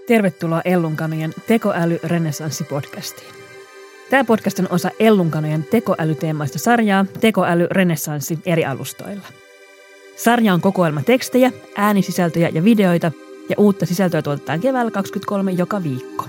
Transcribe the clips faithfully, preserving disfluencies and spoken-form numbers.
Tervetuloa Ellunkanojen Tekoäly-renessanssi-podcastiin. Tämä podcast on osa Ellunkanojen tekoälyteemaista sarjaa Tekoäly renessanssi eri alustoilla. Sarja on kokoelma tekstejä, äänisisältöjä ja videoita, ja uutta sisältöä tuotetaan keväällä kaksikymmentäkolme joka viikko.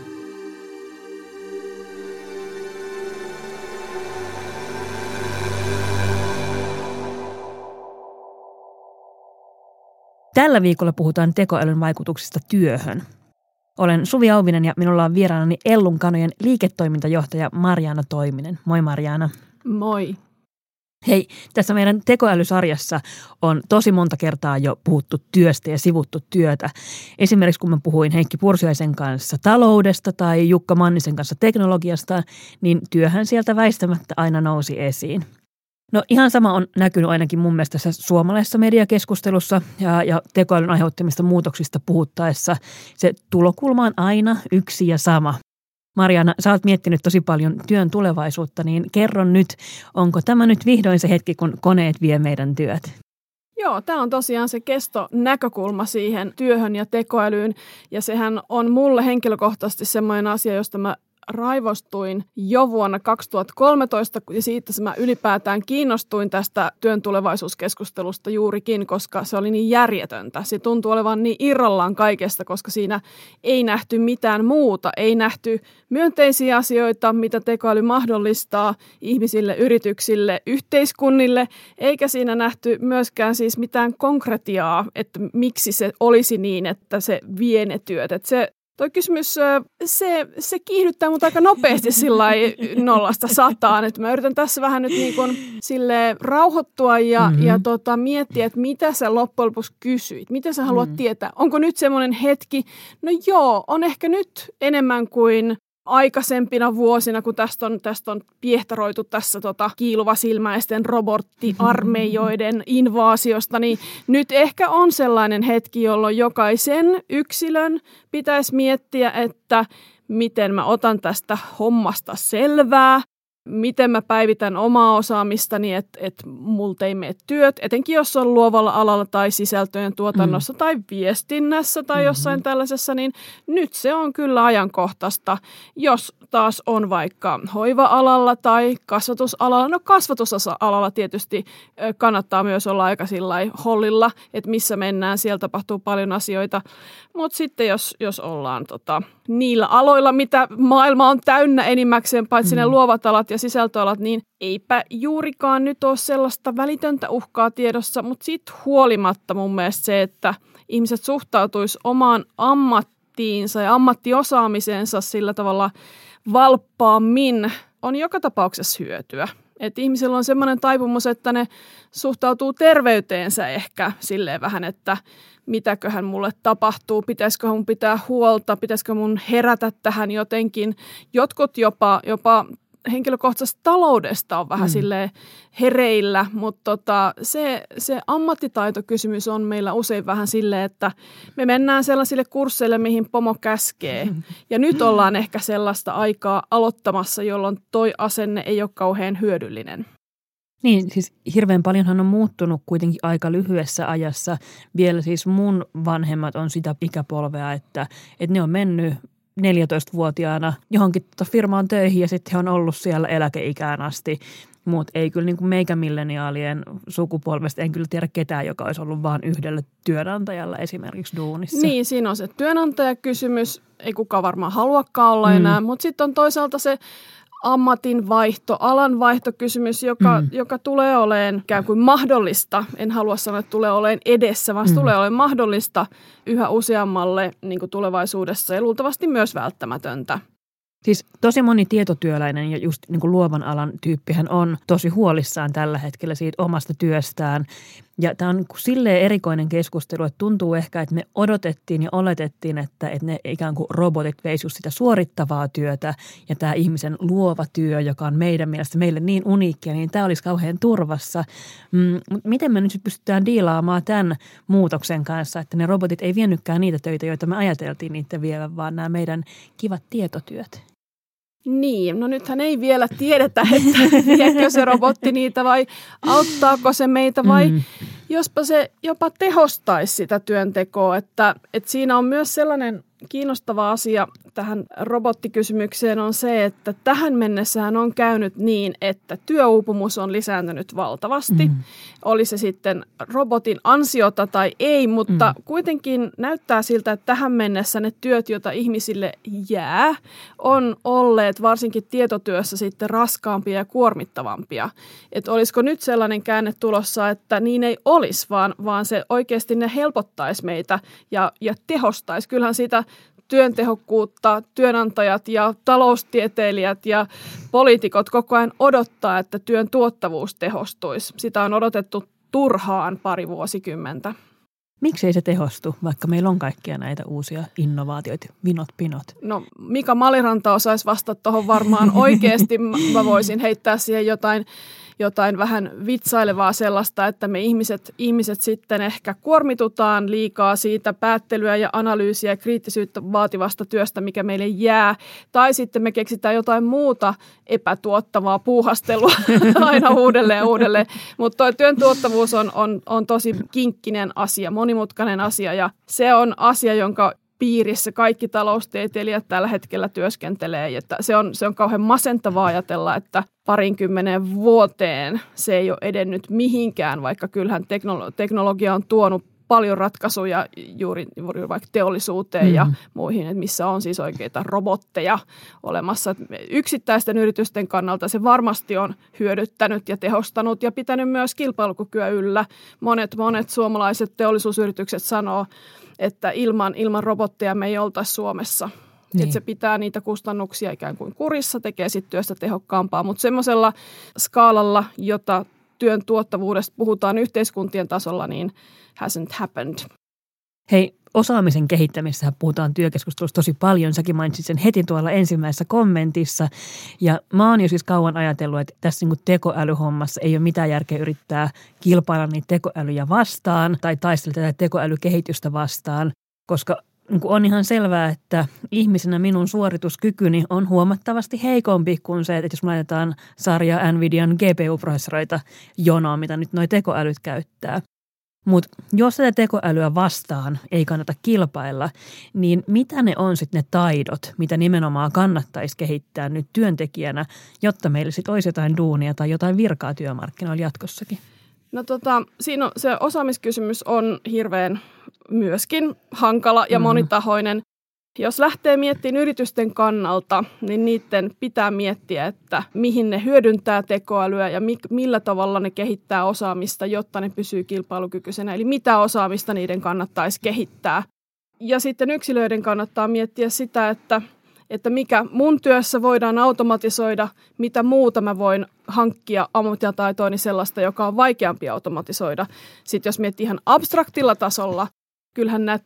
Tällä viikolla puhutaan tekoälyn vaikutuksista työhön. Olen Suvi Auvinen ja minulla on vieraanani Ellunkanojen liiketoimintajohtaja Marjaana Toiminen. Moi Marjaana. Moi. Hei, tässä meidän tekoälysarjassa on tosi monta kertaa jo puhuttu työstä ja sivuttu työtä. Esimerkiksi kun mä puhuin Heikki Pursiaisen kanssa taloudesta tai Jukka Mannisen kanssa teknologiasta, niin työhän sieltä väistämättä aina nousi esiin. No ihan sama on näkynyt ainakin mun mielestä tässä suomalaisessa mediakeskustelussa ja, ja tekoälyn aiheuttamista muutoksista puhuttaessa. Se tulokulma on aina yksi ja sama. Marjaana, sä oot miettinyt tosi paljon työn tulevaisuutta, niin kerro nyt, onko tämä nyt vihdoin se hetki, kun koneet vie meidän työt? Joo, tämä on tosiaan se kestonäkökulma siihen työhön ja tekoälyyn, ja sehän on mulle henkilökohtaisesti semmoinen asia, josta mä raivostuin jo vuonna kaksituhattakolmetoista ja siitä mä ylipäätään kiinnostuin tästä työn tulevaisuuskeskustelusta juurikin, koska se oli niin järjetöntä. Se tuntui olevan niin irrallaan kaikesta, koska siinä ei nähty mitään muuta. Ei nähty myönteisiä asioita, mitä tekoäly mahdollistaa ihmisille, yrityksille, yhteiskunnille, eikä siinä nähty myöskään siis mitään konkretiaa, että miksi se olisi niin, että se vie ne työt. Että se Tuo kysymys, se, se kiihdyttää mut aika nopeasti sillai nollasta sataan, että mä yritän tässä vähän nyt niin kuin silleen rauhoittua ja, mm-hmm. ja tota, miettiä, että mitä sä loppujen lopuksi kysyit, mitä sä haluat mm-hmm. tietää. Onko nyt semmoinen hetki? No joo, on ehkä nyt enemmän kuin aikaisempina vuosina, kun tästä on, tästä on piehtaroitu tässä tota, kiiluvasilmäisten robottiarmeijoiden invaasiosta, niin nyt ehkä on sellainen hetki, jolloin jokaisen yksilön pitäisi miettiä, että miten mä otan tästä hommasta selvää, miten mä päivitän omaa osaamistani, että et multa ei mene työt, etenkin jos on luovalla alalla tai sisältöjen tuotannossa mm. tai viestinnässä tai mm-hmm. jossain tällaisessa, niin nyt se on kyllä ajankohtaista. Jos taas on vaikka hoiva-alalla tai kasvatusalalla, no kasvatusalalla tietysti kannattaa myös olla aika sillai hollilla, että missä mennään, siellä tapahtuu paljon asioita, mutta sitten jos, jos ollaan tota, niillä aloilla, mitä maailma on täynnä enimmäkseen, paitsi mm. ne luovat alat ja sisältöalat, niin eipä juurikaan nyt ole sellaista välitöntä uhkaa tiedossa, mutta siitä huolimatta mun mielestä se, että ihmiset suhtautuisi omaan ammattiinsa ja ammattiosaamiseensa sillä tavalla valppaammin, on joka tapauksessa hyötyä. Että ihmisillä on semmoinen taipumus, että ne suhtautuu terveyteensä ehkä silleen vähän, että mitäköhän mulle tapahtuu, pitäisikö mun pitää huolta, pitäisikö mun herätä tähän jotenkin. Jotkut jopa, jopa henkilökohtaisesta taloudesta on vähän mm. silleen hereillä, mutta tota, se, se ammattitaitokysymys on meillä usein vähän silleen, että me mennään sellaisille kursseille, mihin pomo käskee. Ja nyt ollaan ehkä sellaista aikaa aloittamassa, jolloin toi asenne ei ole kauhean hyödyllinen. Niin, siis hirveän paljonhan on muuttunut kuitenkin aika lyhyessä ajassa. Vielä siis mun vanhemmat on sitä ikäpolvea, että, että ne on mennyt neljätoistavuotiaana johonkin tuota firmaan töihin ja sitten he on ollut siellä eläkeikään asti. Mutta ei kyllä niin kuin meikä milleniaalien sukupolvesta, en kyllä tiedä ketään, joka olisi ollut vain yhdellä työnantajalla esimerkiksi duunissa. Niin, siinä on se työnantajakysymys, ei kukaan varmaan haluakaan olla enää, mm. mutta sitten on toisaalta se ammatin vaihto, alan vaihtokysymys, joka, mm. joka tulee olemaan ikään kuin mahdollista. En halua sanoa, että tulee olemaan edessä, vaan se mm. tulee olemaan mahdollista yhä useammalle niin kuin tulevaisuudessa ja luultavasti myös välttämätöntä. Siis tosi moni tietotyöläinen ja just niin kuin luovan alan tyyppihän on tosi huolissaan tällä hetkellä siitä omasta työstään. Ja tämä on niin kuin silleen erikoinen keskustelu, että tuntuu ehkä, että me odotettiin ja oletettiin, että, että ne ikään kuin robotit veisi just sitä suorittavaa työtä ja tämä ihmisen luova työ, joka on meidän mielestä meille niin uniikkia, niin tämä olisi kauhean turvassa. Mm, mutta miten me nyt pystytään diilaamaan tämän muutoksen kanssa, että ne robotit ei viennykään niitä töitä, joita me ajateltiin niitä vievän, vaan nämä meidän kivat tietotyöt? Niin, no nythän ei vielä tiedetä, että viekö se robotti niitä vai auttaako se meitä vai mm. jospa se jopa tehostaisi sitä työntekoa. Että, että siinä on myös sellainen kiinnostava asia tähän robottikysymykseen on se, että tähän mennessähän on käynyt niin, että työuupumus on lisääntynyt valtavasti. Mm. Oli se sitten robotin ansiota tai ei, mutta mm. kuitenkin näyttää siltä, että tähän mennessä ne työt, joita ihmisille jää, on olleet varsinkin tietotyössä sitten raskaampia ja kuormittavampia. Että olisiko nyt sellainen käänne tulossa, että niin ei olisi, vaan, vaan se oikeasti ne helpottaisi meitä ja, ja tehostaisi. Kyllähän siitä työn tehokkuutta työnantajat ja taloustieteilijät ja poliitikot koko ajan odottaa, että työn tuottavuus tehostuisi. Sitä on odotettu turhaan pari vuosikymmentä. Miksi ei se tehostu, vaikka meillä on kaikkia näitä uusia innovaatioita, vinot pinot? No Mika Maliranta osaisi vastata tuohon varmaan oikeasti. Mä voisin heittää siihen jotain, jotain vähän vitsailevaa sellaista, että me ihmiset, ihmiset sitten ehkä kuormitutaan liikaa siitä päättelyä ja analyysiä ja kriittisyyttä vaativasta työstä, mikä meille jää. Tai sitten me keksitään jotain muuta epätuottavaa puuhastelua aina uudelleen ja uudelleen. Mutta tuo työn tuottavuus on, on, on tosi kinkkinen asia, monimutkainen asia ja se on asia, jonka piirissä kaikki taloustieteilijät tällä hetkellä työskentelee. Että se, on, se on kauhean masentavaa ajatella, että parinkymmeneen vuoteen se ei ole edennyt mihinkään, vaikka kyllähän teknolo- teknologia on tuonut paljon ratkaisuja juuri, juuri vaikka teollisuuteen mm-hmm. ja muihin, että missä on siis oikeita robotteja olemassa. Yksittäisten yritysten kannalta se varmasti on hyödyttänyt ja tehostanut ja pitänyt myös kilpailukykyä yllä. Monet, monet suomalaiset teollisuusyritykset sanoo, että ilman, ilman robotteja me ei oltaisi Suomessa. Niin. Että se pitää niitä kustannuksia ikään kuin kurissa, tekee sitten työstä tehokkaampaa, mutta semmoisella skaalalla, jota työn tuottavuudesta puhutaan yhteiskuntien tasolla, niin hasn't happened. Hei, osaamisen kehittämisessä puhutaan työkeskustelussa tosi paljon. Säkin mainitsit sen heti tuolla ensimmäisessä kommentissa. Ja mä oon jo siis kauan ajatellut, että tässä niin kuin tekoälyhommassa ei ole mitään järkeä yrittää kilpailla niitä tekoälyjä vastaan tai taistella tätä tekoälykehitystä vastaan, koska niin kuin on ihan selvää, että ihmisenä minun suorituskykyni on huomattavasti heikompi kuin se, että jos me laitetaan sarja Nvidian G P U-prosessoreita jonoon, mitä nyt nuo tekoälyt käyttää. Mutta jos tätä tekoälyä vastaan ei kannata kilpailla, niin mitä ne on sitten ne taidot, mitä nimenomaan kannattaisi kehittää nyt työntekijänä, jotta meillä sitten olisi jotain duunia tai jotain virkaa työmarkkinoilla jatkossakin? No tota, siinä on, se osaamiskysymys on hirveän myöskin hankala ja monitahoinen. Jos lähtee miettimään yritysten kannalta, niin niiden pitää miettiä, että mihin ne hyödyntää tekoälyä ja mi- millä tavalla ne kehittää osaamista, jotta ne pysyy kilpailukykyisenä. Eli mitä osaamista niiden kannattaisi kehittää. Ja sitten yksilöiden kannattaa miettiä sitä, että, että mikä mun työssä voidaan automatisoida, mitä muuta mä voin hankkia ammattitaitoini sellaista, joka on vaikeampi automatisoida. Sitten jos miettii ihan abstraktilla tasolla, kyllähän nämä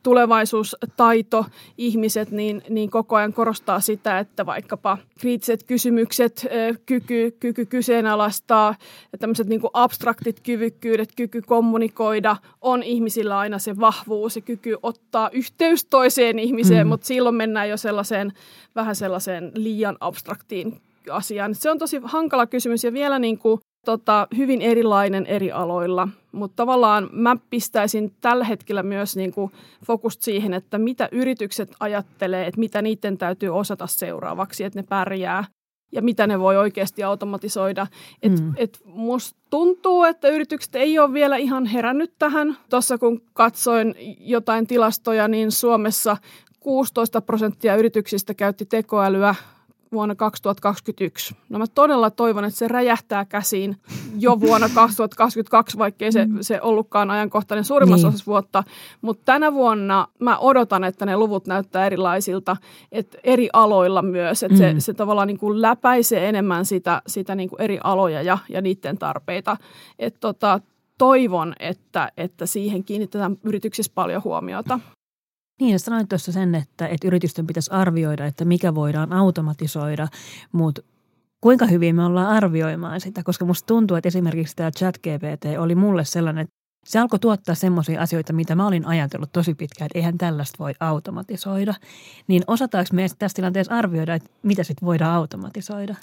tulevaisuustaito-ihmiset niin, niin koko ajan korostaa sitä, että vaikkapa kriittiset kysymykset, kyky, kyky kyseenalaistaa, tämmöiset niin kuin abstraktit kyvykkyydet, kyky kommunikoida, on ihmisillä aina se vahvuus ja kyky ottaa yhteys toiseen ihmiseen, mm. mutta silloin mennään jo sellaiseen, vähän sellaiseen liian abstraktiin asiaan. Se on tosi hankala kysymys ja vielä niin kuin Tota, hyvin erilainen eri aloilla, mutta tavallaan mä pistäisin tällä hetkellä myös niin kuin fokusta siihen, että mitä yritykset ajattelee, että mitä niiden täytyy osata seuraavaksi, että ne pärjää ja mitä ne voi oikeasti automatisoida. Et, mm. et musta tuntuu, että yritykset ei ole vielä ihan herännyt tähän. Tuossa kun katsoin jotain tilastoja, niin Suomessa kuusitoista prosenttia yrityksistä käytti tekoälyä vuonna kaksituhattakaksikymmentäyksi. No mä todella toivon, että se räjähtää käsiin jo vuonna kaksituhattakaksikymmentäkaksi, vaikkei se, se ollutkaan ajankohtainen suurimmassa niin. osassa vuotta. Mutta tänä vuonna mä odotan, että ne luvut näyttää erilaisilta, että eri aloilla myös. Että mm. se, se tavallaan niin kuin läpäisee enemmän sitä, sitä niin kuin eri aloja ja, ja niiden tarpeita. Että tota, toivon, että, että siihen kiinnitetään yrityksissä paljon huomiota. Niin, ja sanoit tuossa sen, että, että yritysten pitäisi arvioida, että mikä voidaan automatisoida, mutta kuinka hyvin me ollaan arvioimaan sitä, koska musta tuntuu, että esimerkiksi tämä ChatGPT oli mulle sellainen, että se alkoi tuottaa semmoisia asioita, mitä mä olin ajatellut tosi pitkään, että eihän tällaista voi automatisoida. Niin osataanko me tässä tilanteessa arvioida, että mitä sitten voidaan automatisoida?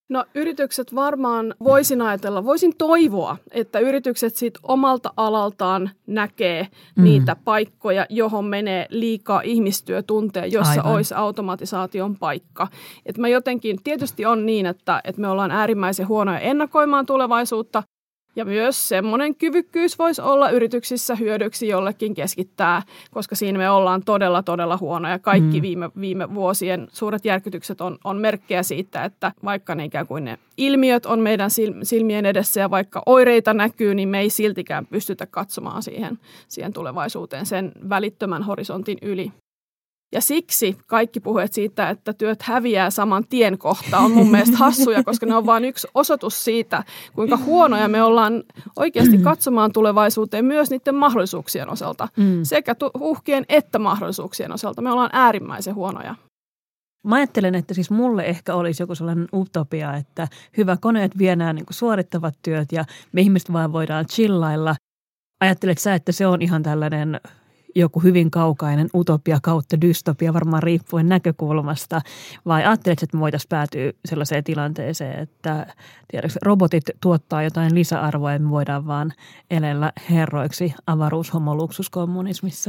No yritykset varmaan voisin ajatella, voisin toivoa, että yritykset sit omalta alaltaan näkee mm. niitä paikkoja, johon menee liikaa ihmistyötunteja, jossa Aivan. olisi automatisaation paikka. Et mä jotenkin, tietysti on niin, että, että me ollaan äärimmäisen huonoja ennakoimaan tulevaisuutta, ja myös semmoinen kyvykkyys voisi olla yrityksissä hyödyksi jollekin keskittää, koska siinä me ollaan todella, todella huonoja. Kaikki mm. viime, viime vuosien suuret järkytykset on, on merkkejä siitä, että vaikka ne ikään kuin ne ilmiöt on meidän silmien edessä ja vaikka oireita näkyy, niin me ei siltikään pystytä katsomaan siihen, siihen tulevaisuuteen sen välittömän horisontin yli. Ja siksi kaikki puheet siitä, että työt häviää saman tien kohta on mun mielestä hassuja, koska ne on vain yksi osoitus siitä, kuinka huonoja me ollaan oikeasti katsomaan tulevaisuuteen myös niiden mahdollisuuksien osalta. Mm. Sekä uhkien että mahdollisuuksien osalta. Me ollaan äärimmäisen huonoja. Mä ajattelen, että siis mulle ehkä olisi joku sellainen utopia, että hyvä koneet vie nämä niin kuin suorittavat työt ja me ihmiset vaan voidaan chillailla. Ajattelet sä, että se on ihan tällainen joku hyvin kaukainen utopia kautta dystopia, varmaan riippuen näkökulmasta, vai ajatteletko, että me voitaisiin päätyä sellaiseen tilanteeseen, että tiedätkö, robotit tuottaa jotain lisäarvoa ja me voidaan vaan elellä herroiksi avaruushomoluksuskommunismissa?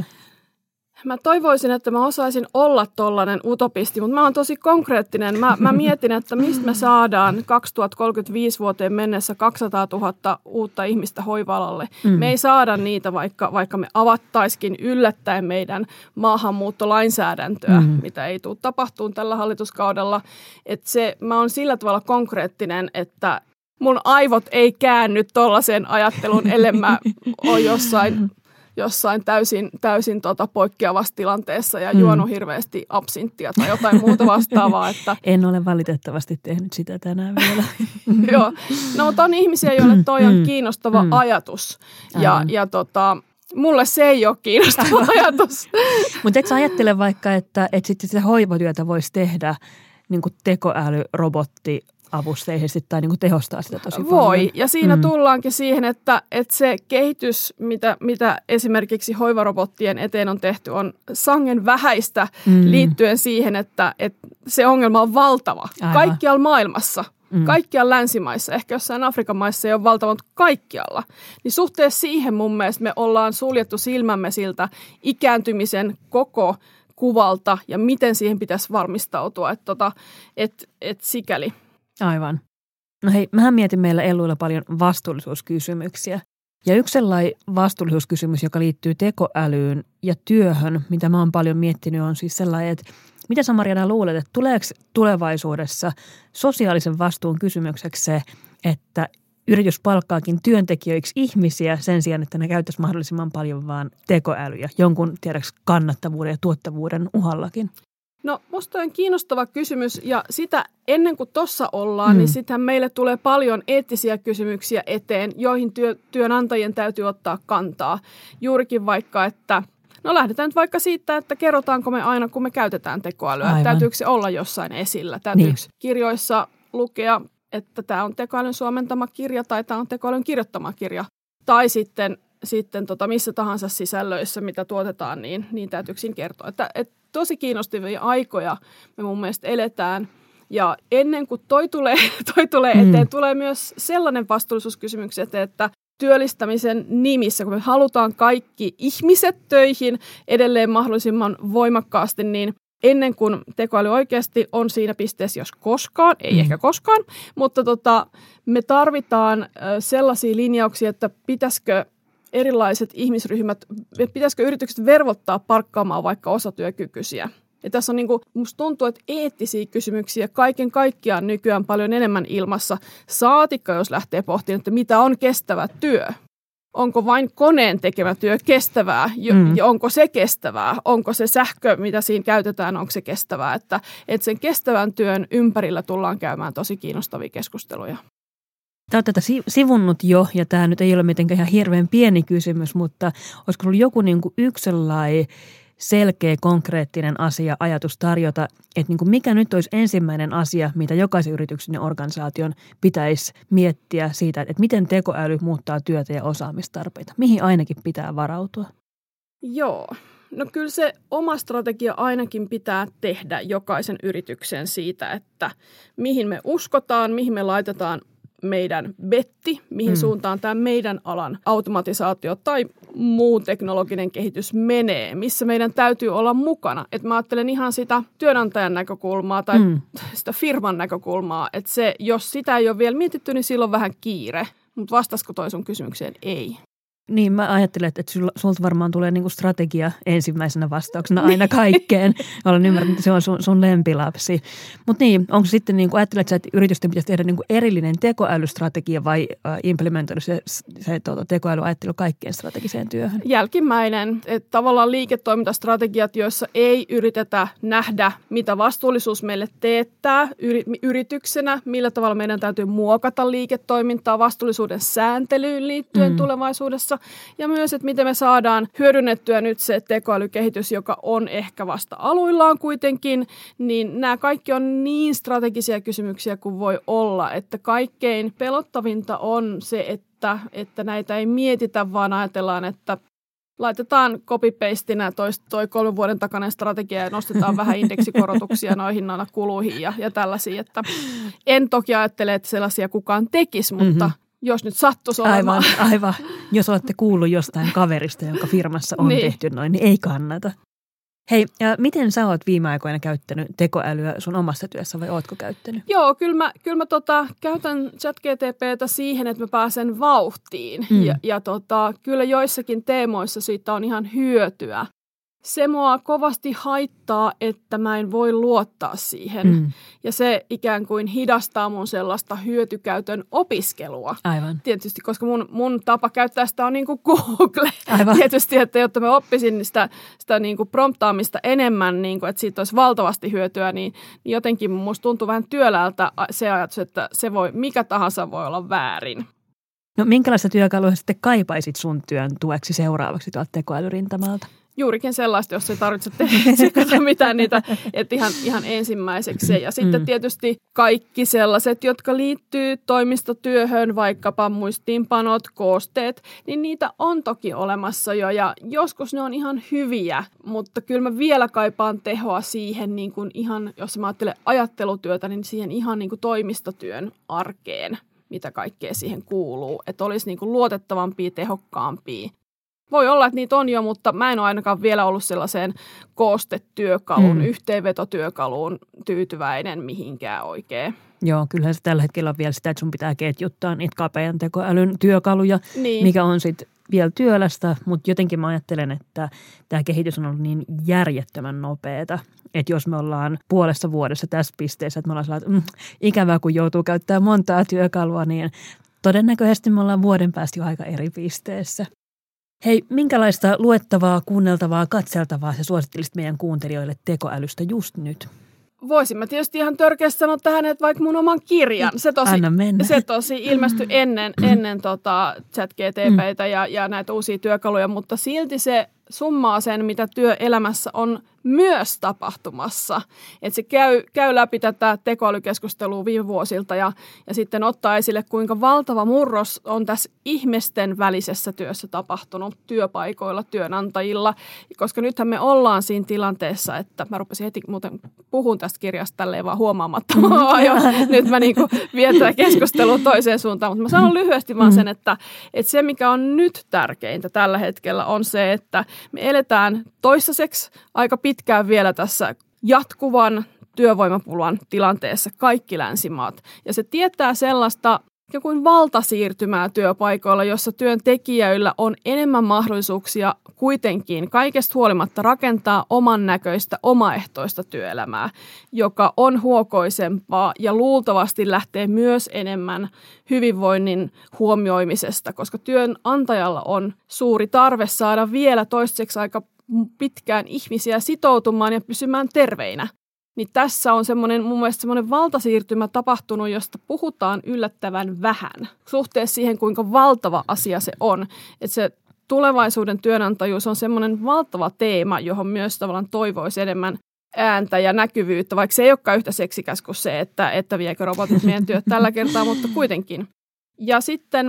Mä toivoisin, että mä osaisin olla tollainen utopisti, mutta mä oon tosi konkreettinen. Mä, mä mietin, että mistä me saadaan kaksituhattakolmekymmentäviisi vuoteen mennessä kaksisataatuhatta uutta ihmistä hoiva-alalle. Mm. Me ei saada niitä, vaikka, vaikka me avattaisikin yllättäen meidän maahanmuuttolainsäädäntöä, mm. mitä ei tule tapahtumaan tällä hallituskaudella. Että se, mä oon sillä tavalla konkreettinen, että mun aivot ei käänny tollaiseen ajatteluun, ellei mä ole jossain... jossain täysin, täysin tota poikkeavassa tilanteessa ja juonut mm. hirveästi absinttia tai jotain muuta vastaavaa. Että... En ole valitettavasti tehnyt sitä tänään vielä. Joo, no mutta on ihmisiä, joille toi on kiinnostava mm. ajatus ja, ja tota, mulle se ei ole kiinnostava ajatus. Mutta et sä ajattele vaikka, että, että sitten sitä hoivatyötä voisi tehdä niin kuin tekoäly, robotti, avusteisesti tai niin kuin tehostaa sitä tosi paljon. Voi, ja siinä mm. tullaankin siihen, että, että se kehitys, mitä, mitä esimerkiksi hoivarobottien eteen on tehty, on sangen vähäistä mm. liittyen siihen, että, että se ongelma on valtava. Aivan. Kaikkialla maailmassa, mm. kaikkialla länsimaissa, ehkä jossain Afrikan maissa ei ole valtava, mutta kaikkialla. Niin suhteessa siihen mun mielestä me ollaan suljettu silmämme siltä ikääntymisen koko kuvalta ja miten siihen pitäisi varmistautua, että tota, et, et sikäli. Aivan. No hei, mähän mietin meillä Elluilla paljon vastuullisuuskysymyksiä. Ja yksi sellainen vastuullisuuskysymys, joka liittyy tekoälyyn ja työhön, mitä mä oon paljon miettinyt, on siis sellainen, että mitä sä Marjana luulet, että tuleeko tulevaisuudessa sosiaalisen vastuun kysymykseksi se, että yritys palkkaakin työntekijöiksi ihmisiä sen sijaan, että ne käyttäisi mahdollisimman paljon vaan tekoälyjä, jonkun tiedäks kannattavuuden ja tuottavuuden uhallakin? No musta on kiinnostava kysymys ja sitä ennen kuin tuossa ollaan, mm. niin sitten meille tulee paljon eettisiä kysymyksiä eteen, joihin työ, työnantajien täytyy ottaa kantaa. Juurikin vaikka, että no lähdetään nyt vaikka siitä, että kerrotaanko me aina, kun me käytetään tekoälyä. Aivan. Täytyykö se olla jossain esillä? Täytyykö niin. kirjoissa lukea, että tämä on tekoälyn suomentama kirja tai tämä on tekoälyn kirjoittama kirja. Tai sitten, sitten tota, missä tahansa sisällöissä, mitä tuotetaan, niin, niin täytyykö siinä kertoa. Että, et, tosi kiinnostavia aikoja me mun mielestä eletään. Ja ennen kuin toi tulee, toi tulee eteen, mm. tulee myös sellainen vastuullisuuskysymys eteen, että työllistämisen nimissä, kun me halutaan kaikki ihmiset töihin edelleen mahdollisimman voimakkaasti, niin ennen kuin tekoäly oikeasti on siinä pisteessä, jos koskaan, ei mm. ehkä koskaan, mutta tota, me tarvitaan sellaisia linjauksia, että pitäisikö erilaiset ihmisryhmät, pitäisikö yritykset vervottaa palkkaamaan vaikka osatyökykyisiä. Ja tässä on niin kuin, musta tuntuu, että eettisiä kysymyksiä kaiken kaikkiaan nykyään paljon enemmän ilmassa. Saatikka, jos lähtee pohtimaan, että mitä on kestävä työ. Onko vain koneen tekemä työ kestävää mm. ja onko se kestävää? Onko se sähkö, mitä siinä käytetään, onko se kestävää? Että, että sen kestävän työn ympärillä tullaan käymään tosi kiinnostavia keskusteluja. Tämä on tätä sivunnut jo, ja tämä nyt ei ole mitenkään ihan hirveän pieni kysymys, mutta olisiko ollut joku niin kuin yksi sellainen selkeä, konkreettinen asia, ajatus tarjota, että niin kuin mikä nyt olisi ensimmäinen asia, mitä jokaisen yrityksen ja organisaation pitäisi miettiä siitä, että miten tekoäly muuttaa työtä ja osaamistarpeita. Mihin ainakin pitää varautua? Joo. No kyllä se oma strategia ainakin pitää tehdä jokaisen yrityksen siitä, että mihin me uskotaan, mihin me laitetaan meidän betti, mihin mm. suuntaan tämä meidän alan automatisaatio tai muu teknologinen kehitys menee, missä meidän täytyy olla mukana. Et mä ajattelen ihan sitä työnantajan näkökulmaa tai mm. sitä firman näkökulmaa, että se, jos sitä ei ole vielä mietitty, niin silloin on vähän kiire. Mutta vastaisiko toi sun kysymykseen? Ei. Niin, mä ajattelen, että sulta varmaan tulee niinku strategia ensimmäisenä vastauksena aina kaikkeen. Olen ymmärtänyt, että se on sun, sun lempilapsi. Mutta niin, onko sitten, niinku, ajattelet sä, että yritysten pitäisi tehdä niinku erillinen tekoälystrategia vai äh, implementoida se, se tuota, tekoälyajattelu kaikkeen strategiseen työhön? Jälkimmäinen, että tavallaan liiketoimintastrategiat, joissa ei yritetä nähdä, mitä vastuullisuus meille teettää yrityksenä, millä tavalla meidän täytyy muokata liiketoimintaa vastuullisuuden sääntelyyn liittyen mm. tulevaisuudessa. Ja myös, että miten me saadaan hyödynnettyä nyt se tekoälykehitys, joka on ehkä vasta aluillaan kuitenkin, niin nämä kaikki on niin strategisia kysymyksiä kuin voi olla, että kaikkein pelottavinta on se, että, että näitä ei mietitä, vaan ajatellaan, että laitetaan copy-pastinä toi, toi kolmen vuoden takainen strategia ja nostetaan vähän indeksikorotuksia noihin aina kuluihin ja, ja tällaisia. Että en toki ajattele, että sellaisia kukaan tekisi, mutta mm-hmm. jos nyt sattuisi olemaan. Aivan, aivan. Jos olette kuullut jostain kaverista, jonka firmassa on niin. tehty noin, niin ei kannata. Hei, ja miten sä oot viime aikoina käyttänyt tekoälyä sun omassa työssä vai ootko käyttänyt? Joo, kyllä mä, kyllä mä tota, käytän ChatGPT:tä siihen, että mä pääsen vauhtiin. Mm. Ja, ja tota, kyllä joissakin teemoissa siitä on ihan hyötyä. Se mua kovasti haittaa, että mä en voi luottaa siihen. Mm. Ja se ikään kuin hidastaa mun sellaista hyötykäytön opiskelua. Aivan. Tietysti, koska mun, mun tapa käyttää sitä on niin kuin Google. Aivan. Tietysti, että jotta mä oppisin sitä, sitä niin kuin promptaamista enemmän, niin kuin, että siitä olisi valtavasti hyötyä, niin, niin jotenkin musta tuntuu vähän työläältä se ajatus, että se voi, mikä tahansa voi olla väärin. No minkälaista työkalua sitten kaipaisit sun työn tueksi seuraavaksi tuolta tekoälyrintamalta? Juurikin sellaista, jos ei tarvitse tehdä mitään niitä, että ihan, ihan ensimmäiseksi. Ja sitten mm. tietysti kaikki sellaiset, jotka liittyy toimistotyöhön, vaikkapa muistiinpanot, koosteet, niin niitä on toki olemassa jo. Ja joskus ne on ihan hyviä, mutta kyllä mä vielä kaipaan tehoa siihen, niin kuin ihan, jos mä ajattelen ajattelutyötä, niin siihen ihan niin kuin toimistotyön arkeen, mitä kaikkea siihen kuuluu. Että olisi niin kuin luotettavampia, tehokkaampia. Voi olla, että niitä on jo, mutta mä en ole ainakaan vielä ollut sellaiseen koostetyökaluun, mm. yhteenvetotyökaluun tyytyväinen mihinkään oikein. Joo, kyllähän se tällä hetkellä on vielä sitä, että sun pitää ketjuttaa niitä kapean tekoälyn työkaluja, niin. mikä on sitten vielä työlästä, mutta jotenkin mä ajattelen, että tämä kehitys on ollut niin järjettömän nopeata, että jos me ollaan puolessa vuodessa tässä pisteessä, että me ollaan sellainen, että mm, ikävää kun joutuu käyttämään montaa työkalua, niin todennäköisesti me ollaan vuoden päästä jo aika eri pisteessä. Hei, minkälaista luettavaa, kuunneltavaa, katseltavaa sä suosittelisit meidän kuuntelijoille tekoälystä just nyt? Voisin mä tietysti ihan törkeästi sanoa tähän, että vaikka mun oman kirjan, se tosi, se tosi ilmestyi ennen, ennen tota ChatGPT:tä ja, ja näitä uusia työkaluja, mutta silti se summaa sen, mitä työelämässä on myös tapahtumassa. Että se käy, käy läpi tätä tekoälykeskustelua viime vuosilta ja, ja sitten ottaa esille, kuinka valtava murros on tässä ihmisten välisessä työssä tapahtunut työpaikoilla, työnantajilla. Koska nythän me ollaan siinä tilanteessa, että mä rupesin heti muuten puhun tästä kirjasta tälleen vaan huomaamatta. Mm. Nyt mä niinku vien tätä keskustelua toiseen suuntaan, mutta mä sanon lyhyesti vaan sen, että, että se mikä on nyt tärkeintä tällä hetkellä on se, että me eletään toistaiseksi aika pitkään vielä tässä jatkuvan työvoimapulan tilanteessa kaikki länsimaat. Ja se tietää sellaista ikään kuin valtasiirtymää työpaikoilla, jossa työntekijöillä on enemmän mahdollisuuksia kuitenkin kaikesta huolimatta rakentaa oman näköistä omaehtoista työelämää, joka on huokoisempaa ja luultavasti lähtee myös enemmän hyvinvoinnin huomioimisesta, koska työnantajalla on suuri tarve saada vielä toistaiseksi aika pitkään ihmisiä sitoutumaan ja pysymään terveinä. Niin tässä on semmoinen, mun mielestä semmoinen valtasiirtymä tapahtunut, josta puhutaan yllättävän vähän suhteessa siihen, kuinka valtava asia se on. Että se tulevaisuuden työnantajuus on semmoinen valtava teema, johon myös tavallaan toivoisi enemmän ääntä ja näkyvyyttä, vaikka se ei olekaan yhtä seksikäs kuin se, että, että viekö robotit meidän työt tällä kertaa, mutta kuitenkin. Ja sitten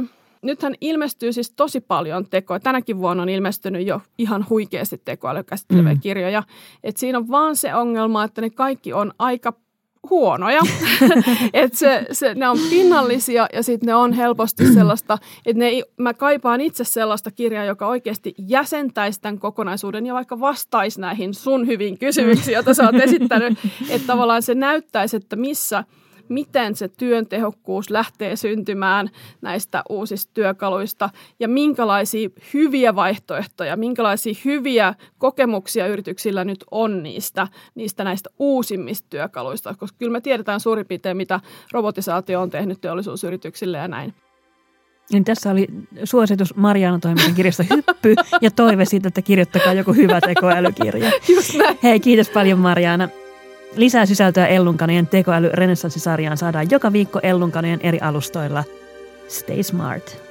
nythän ilmestyy siis tosi paljon tekoa. Tänäkin vuonna on ilmestynyt jo ihan huikeasti tekoälyä käsitteleviä mm. kirjoja. Et siinä on vaan se ongelma, että ne kaikki on aika huonoja. että se, se, ne on pinnallisia ja sitten ne on helposti sellaista, että ne, mä kaipaan itse sellaista kirjaa, joka oikeasti jäsentäisi tämän kokonaisuuden ja vaikka vastaisi näihin sun hyviin kysymyksiin, joita sä oot esittänyt. Että tavallaan se näyttäisi, että missä, miten se työn tehokkuus lähtee syntymään näistä uusista työkaluista ja minkälaisia hyviä vaihtoehtoja, minkälaisia hyviä kokemuksia yrityksillä nyt on niistä, niistä näistä uusimmista työkaluista, koska kyllä me tiedetään suurin piirtein, mitä robotisaatio on tehnyt teollisuusyrityksille ja näin. Niin tässä oli suositus Marjaana Toimisen kirjasta Hyppy ja toive siitä, että kirjoittakaa joku hyvä tekoälykirja. Just näin. Hei, kiitos paljon Marjaana. Lisää sisältöä Ellunkanojen tekoäly renessanssisarjaan saadaan joka viikko Ellunkanojen eri alustoilla. Stay smart.